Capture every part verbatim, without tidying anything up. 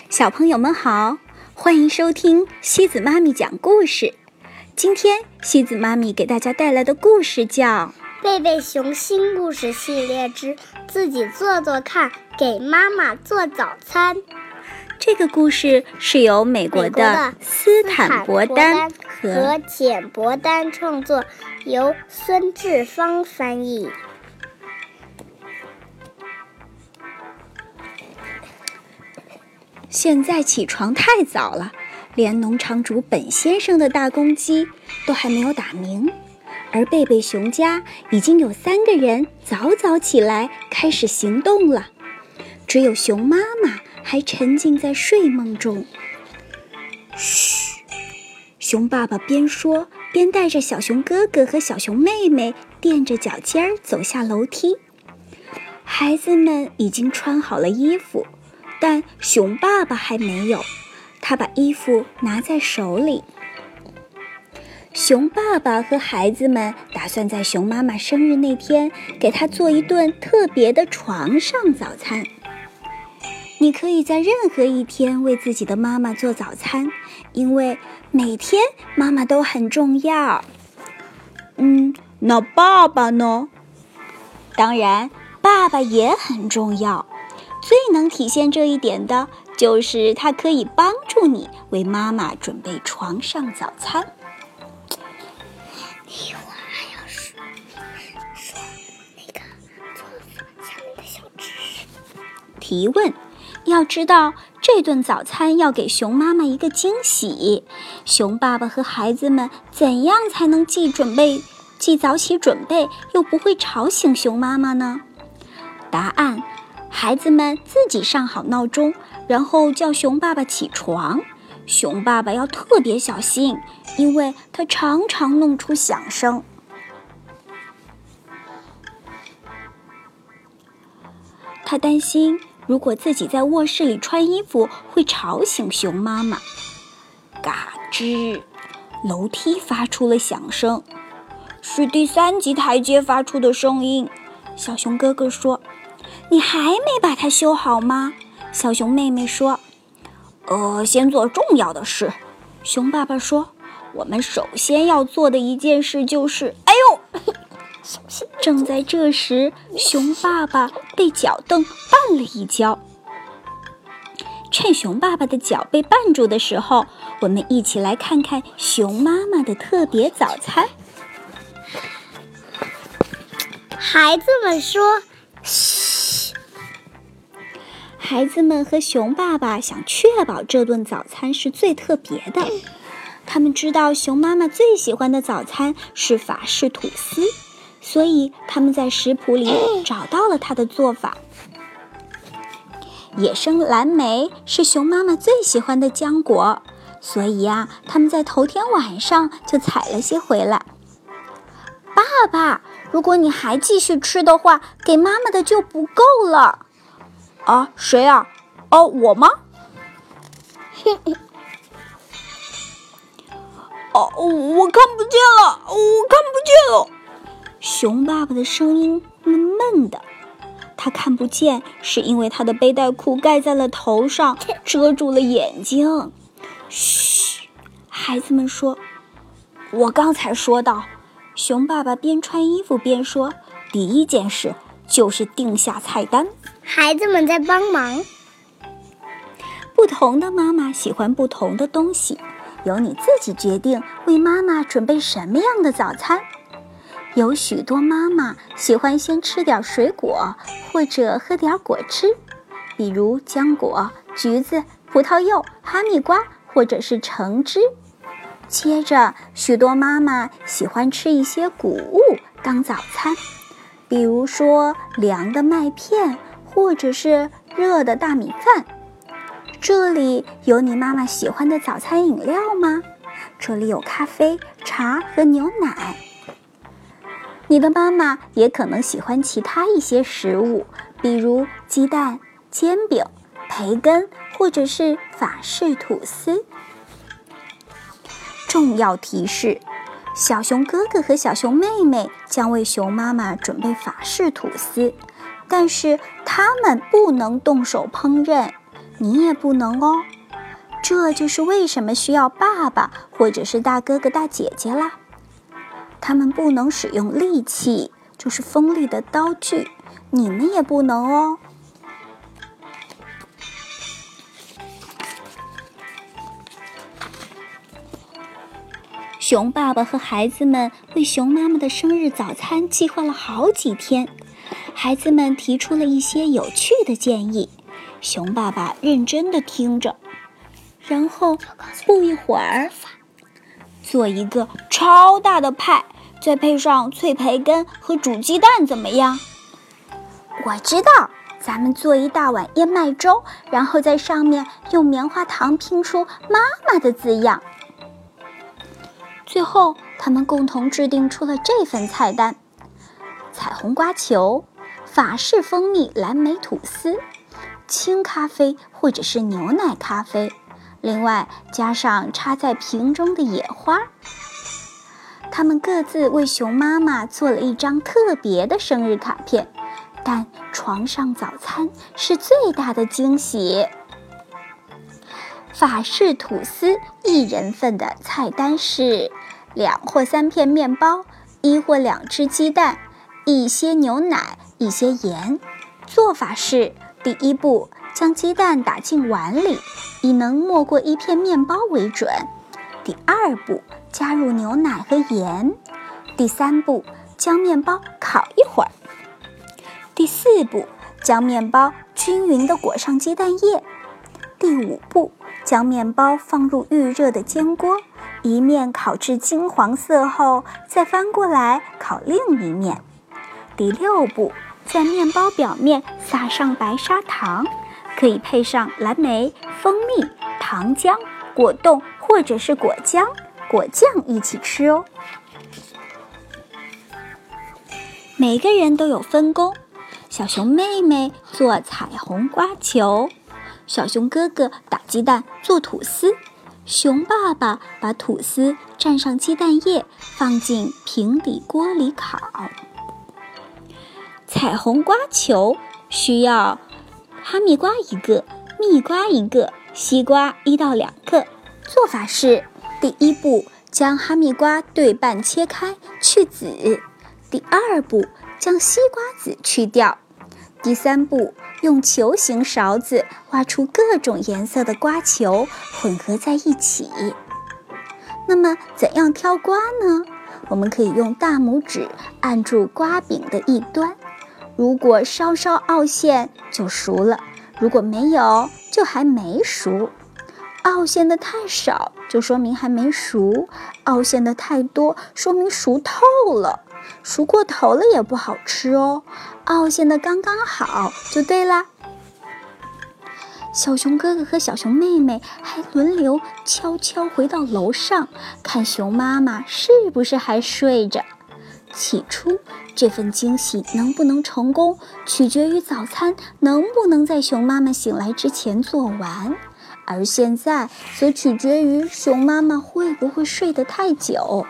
小朋友们好，欢迎收听西子妈咪讲故事。今天西子妈咪给大家带来的故事叫 《贝贝熊新故事系列之自己做做看，给妈妈做早餐》。 这个故事是由美国的斯坦伯丹和简伯丹创作，由孙志芳翻译。 现在起床太早了，连农场主本先生的大公鸡都还没有打鸣，而贝贝熊家已经有三个人早早起来开始行动了，只有熊妈妈还沉浸在睡梦中。嘘，熊爸爸边说边带着小熊哥哥和小熊妹妹踮着脚尖儿走下楼梯。孩子们已经穿好了衣服，但熊爸爸还没有，他把衣服拿在手里。熊爸爸和孩子们打算在熊妈妈生日那天给她做一顿特别的床上早餐。你可以在任何一天为自己的妈妈做早餐，因为每天妈妈都很重要。嗯，那爸爸呢？当然，爸爸也很重要。最能体现这一点的就是他可以帮助你为妈妈准备床上早餐。 你我还要说说那个做法下面的小知识。 提问：要知道这顿早餐要给熊妈妈一个惊喜，熊爸爸和孩子们怎样才能既准备既早起准备又不会吵醒熊妈妈呢？答案：孩子们自己上好闹钟，然后叫熊爸爸起床。熊爸爸要特别小心，因为他常常弄出响声。他担心如果自己在卧室里穿衣服会吵醒熊妈妈。嘎吱，楼梯发出了响声，是第三级台阶发出的声音。小熊哥哥说：你还没把它修好吗？小熊妹妹说：呃，先做重要的事。熊爸爸说：我们首先要做的一件事就是……哎呦！正在这时，熊爸爸被脚蹬绊了一跤。趁熊爸爸的脚被绊住的时候，我们一起来看看熊妈妈的特别早餐。 孩子们说：嘘。 孩子们和熊爸爸想确保这顿早餐是最特别的。他们知道熊妈妈最喜欢的早餐是法式吐司，所以他们在食谱里找到了它的做法。野生蓝莓是熊妈妈最喜欢的浆果，所以呀，他们在头天晚上就采了些回来。爸爸，如果你还继续吃的话，给妈妈的就不够了。啊，谁啊？哦，我吗？哦，我看不见了，我看不见了。熊爸爸的声音闷闷的，他看不见是因为他的背带裤盖在了头上，遮住了眼睛。嘘，孩子们说。我刚才说到，熊爸爸边穿衣服边说，第一件事就是定下菜单。 孩子们在帮忙。 不同的妈妈喜欢不同的东西，由你自己决定为妈妈准备什么样的早餐。有许多妈妈喜欢先吃点水果，或者喝点果汁，比如浆果、橘子、葡萄柚、哈密瓜，或者是橙汁。接着，许多妈妈喜欢吃一些谷物当早餐，比如说凉的麦片，或者是热的大米饭。这里有你妈妈喜欢的早餐饮料吗？这里有咖啡、茶和牛奶。你的妈妈也可能喜欢其他一些食物，比如鸡蛋、煎饼、培根，或者是法式吐司。重要提示：小熊哥哥和小熊妹妹将为熊妈妈准备法式吐司，但是他们不能动手烹饪， 你也不能哦。这就是为什么需要爸爸或者是大哥哥大姐姐啦。他们不能使用利器，就是锋利的刀具，你们也不能哦。熊爸爸和孩子们为熊妈妈的生日早餐计划了好几天，孩子们提出了一些有趣的建议，熊爸爸认真地听着，然后不一会儿，做一个超大的派，再配上脆培根和煮鸡蛋怎么样？我知道，咱们做一大碗燕麦粥，然后在上面用棉花糖拼出妈妈的字样。最后他们共同制定出了这份菜单：彩虹瓜球、法式蜂蜜蓝莓吐司、轻咖啡或者是牛奶咖啡，另外加上插在瓶中的野花。他们各自为熊妈妈做了一张特别的生日卡片，但床上早餐是最大的惊喜。法式吐司一人份的菜单是两或三片面包，一或两只鸡蛋，一些牛奶，一些盐。做法是：第一步，将鸡蛋打进碗里，以能没过一片面包为准。第二步，加入牛奶和盐。第三步，将面包烤一会儿。第四步，将面包均匀地裹上鸡蛋液。第五步，将面包放入预热的煎锅，一面烤至金黄色后，再翻过来烤另一面。第六步，在面包表面撒上白砂糖，可以配上蓝莓、蜂蜜、糖浆、果冻或者是果浆、果酱一起吃哦。每个人都有分工，小熊妹妹做彩虹瓜球，小熊哥哥打鸡蛋做吐司，熊爸爸把吐司蘸上鸡蛋液放进平底锅里烤。彩虹瓜球需要哈密瓜一个，蜜瓜一个，西瓜一到两个。做法是：第一步，将哈密瓜对半切开去籽；第二步，将西瓜籽去掉；第三步，用球形勺子挖出各种颜色的瓜球，混合在一起。那么怎样挑瓜呢？我们可以用大拇指按住瓜柄的一端，如果稍稍凹陷就熟了，如果没有就还没熟。凹陷的太少就说明还没熟，凹陷的太多说明熟透了。熟过头了也不好吃哦，凹陷的刚刚好就对啦。小熊哥哥和小熊妹妹还轮流悄悄回到楼上，看熊妈妈是不是还睡着。起初这份惊喜能不能成功，取决于早餐能不能在熊妈妈醒来之前做完，而现在则取决于熊妈妈会不会睡得太久。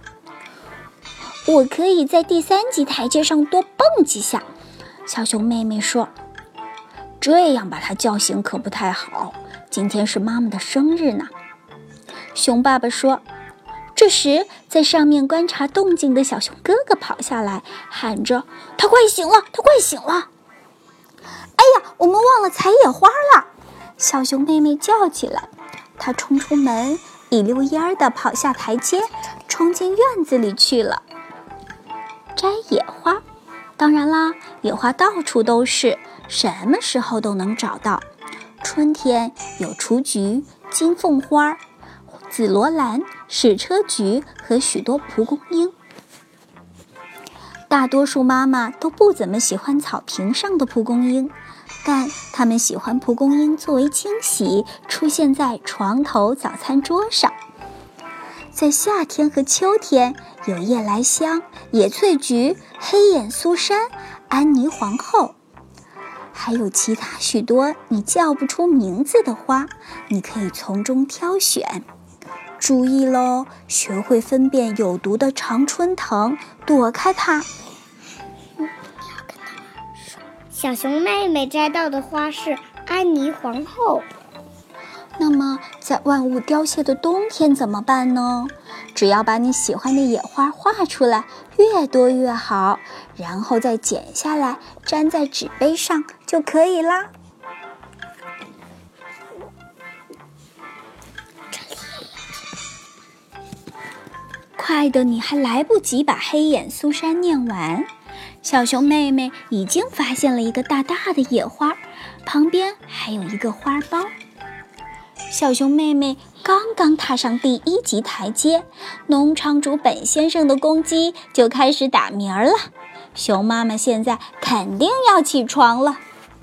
我可以在第三级台阶上多蹦几下，小熊妹妹说。这样把她叫醒可不太好，今天是妈妈的生日呢。熊爸爸说。这时在上面观察动静的小熊哥哥跑下来，喊着：他快醒了，他快醒了！哎呀，我们忘了采野花了！小熊妹妹叫起来。她冲出门，一溜烟儿地跑下台阶，冲进院子里去了。摘野花，当然啦，野花到处都是，什么时候都能找到。春天有雏菊、金凤花、紫罗兰、矢车菊和许多蒲公英。大多数妈妈都不怎么喜欢草坪上的蒲公英，但她们喜欢蒲公英作为惊喜出现在床头早餐桌上。在夏天和秋天，有夜来香、野翠菊、黑眼苏珊、安妮皇后，还有其他许多你叫不出名字的花，你可以从中挑选。注意喽，学会分辨有毒的常春藤，躲开它。 小熊妹妹摘到的花是安妮皇后。 那么在万物凋谢的冬天怎么办呢？只要把你喜欢的野花画出来，越多越好，然后再剪下来粘在纸杯上就可以啦。快的你还来不及把黑眼苏珊念完，小熊妹妹已经发现了一个大大的野花，旁边还有一个花苞。小熊妹妹刚刚踏上第一级台阶，农场主本先生的公鸡就开始打鸣了。熊妈妈现在肯定要起床了。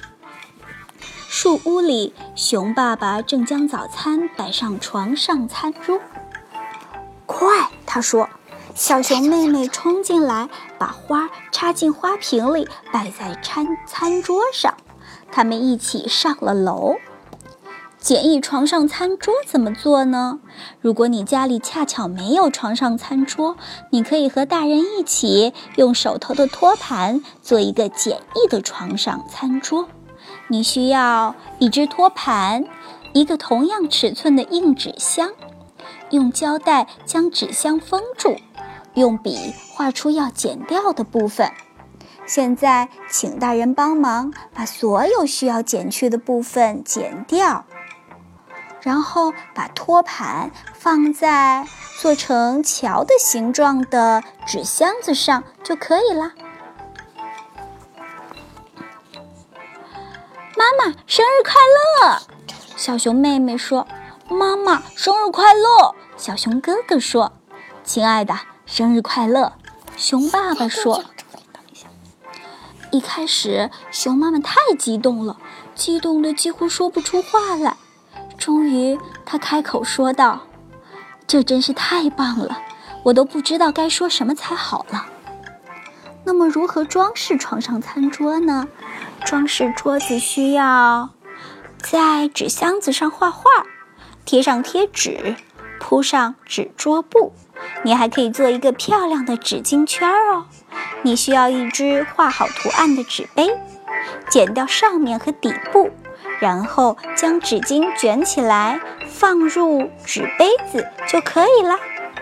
树屋里，熊爸爸正将早餐摆上床上餐桌。快，他说。小熊妹妹冲进来，把花插进花瓶里，摆在餐餐桌上。他们一起上了楼。简易床上餐桌怎么做呢？如果你家里恰巧没有床上餐桌，你可以和大人一起用手头的托盘做一个简易的床上餐桌。你需要一只托盘，一个同样尺寸的硬纸箱，用胶带将纸箱封住，用笔画出要剪掉的部分。现在请大人帮忙把所有需要剪去的部分剪掉，然后把托盘放在做成桥的形状的纸箱子上就可以啦。妈妈，生日快乐！小熊妹妹说。妈妈，生日快乐！小熊哥哥说。亲爱的，生日快乐！熊爸爸说。一开始，熊妈妈太激动了，激动得几乎说不出话来。终于，她开口说道：“这真是太棒了，我都不知道该说什么才好了。”那么，如何装饰床上餐桌呢？装饰桌子需要在纸箱子上画画，贴上贴纸，铺上纸桌布。你还可以做一个漂亮的纸巾圈哦。你需要一只画好图案的纸杯，剪掉上面和底部，然后将纸巾卷起来放入纸杯子就可以啦。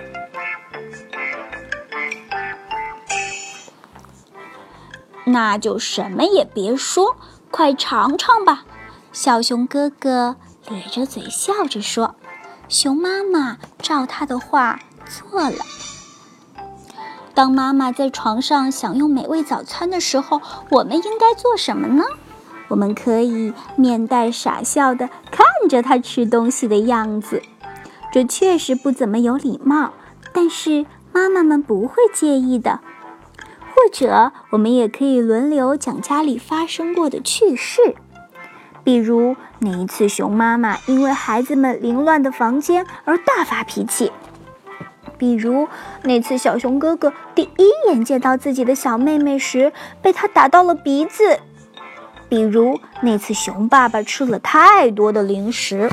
那就什么也别说，快尝尝吧。小熊哥哥咧着嘴笑着说。熊妈妈照他的话做了。当妈妈在床上享用美味早餐的时候，我们应该做什么呢？我们可以面带傻笑地看着她吃东西的样子。这确实不怎么有礼貌，但是妈妈们不会介意的。或者我们也可以轮流讲家里发生过的趣事，比如那一次熊妈妈因为孩子们凌乱的房间而大发脾气，比如那次小熊哥哥第一眼见到自己的小妹妹时被她打到了鼻子，比如那次熊爸爸吃了太多的零食，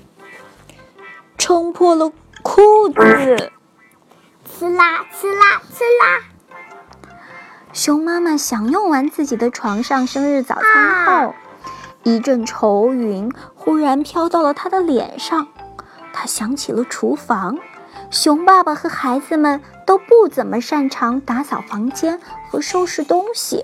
撑破了裤子， 呲啦呲啦呲啦。 熊妈妈享用完自己的床上生日早餐后，啊、一阵愁云忽然飘到了她的脸上。她想起了厨房，熊爸爸和孩子们都不怎么擅长打扫房间和收拾东西。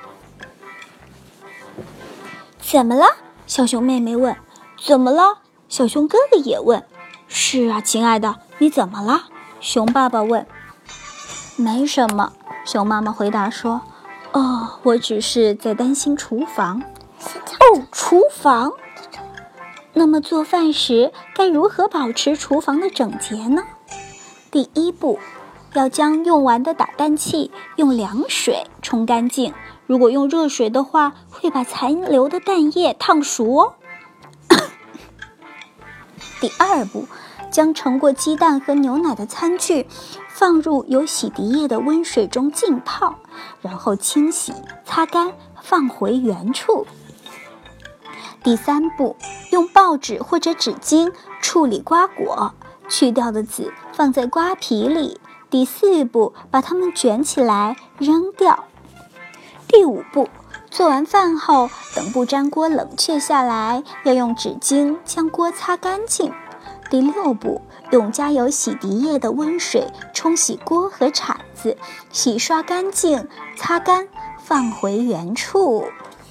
怎么了？小熊妹妹问。怎么了？小熊哥哥也问。是啊，亲爱的，你怎么了？熊爸爸问。没什么，熊妈妈回答说。哦，我只是在担心厨房。哦，厨房。那么做饭时该如何保持厨房的整洁呢？第一步，要将用完的打蛋器用凉水冲干净，如果用热水的话，会把残留的蛋液烫熟哦。第二步，将盛过鸡蛋和牛奶的餐具放入有洗涤液的温水中浸泡，然后清洗、擦干，放回原处。第三步，用报纸或者纸巾处理瓜果，去掉的籽放在瓜皮里。第四步，把它们卷起来扔掉。第五步， 做完饭后，等不粘锅冷却下来，要用纸巾将锅擦干净。第六步，用加有洗涤液的温水冲洗锅和铲子，洗刷干净，擦干，放回原处。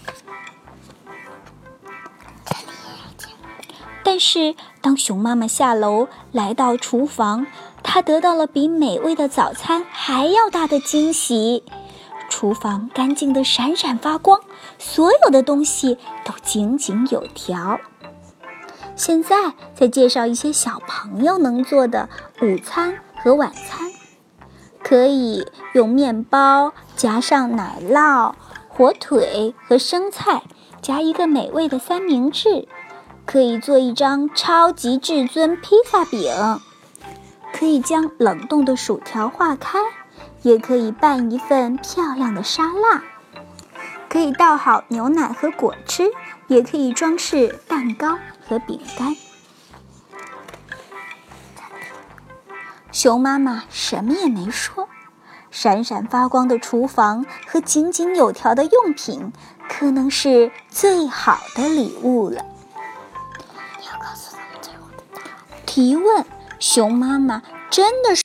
但是当熊妈妈下楼来到厨房，她得到了比美味的早餐还要大的惊喜。厨房干净的闪闪发光，所有的东西都井井有条。现在再介绍一些小朋友能做的午餐和晚餐。可以用面包加上奶酪、火腿和生菜，加一个美味的三明治。可以做一张超级至尊披萨饼，可以将冷冻的薯条化开，也可以拌一份漂亮的沙拉。可以倒好牛奶和果汁，也可以装饰蛋糕和饼干。熊妈妈什么也没说，闪闪发光的厨房和井井有条的用品，可能是最好的礼物了。提问：熊妈妈真的是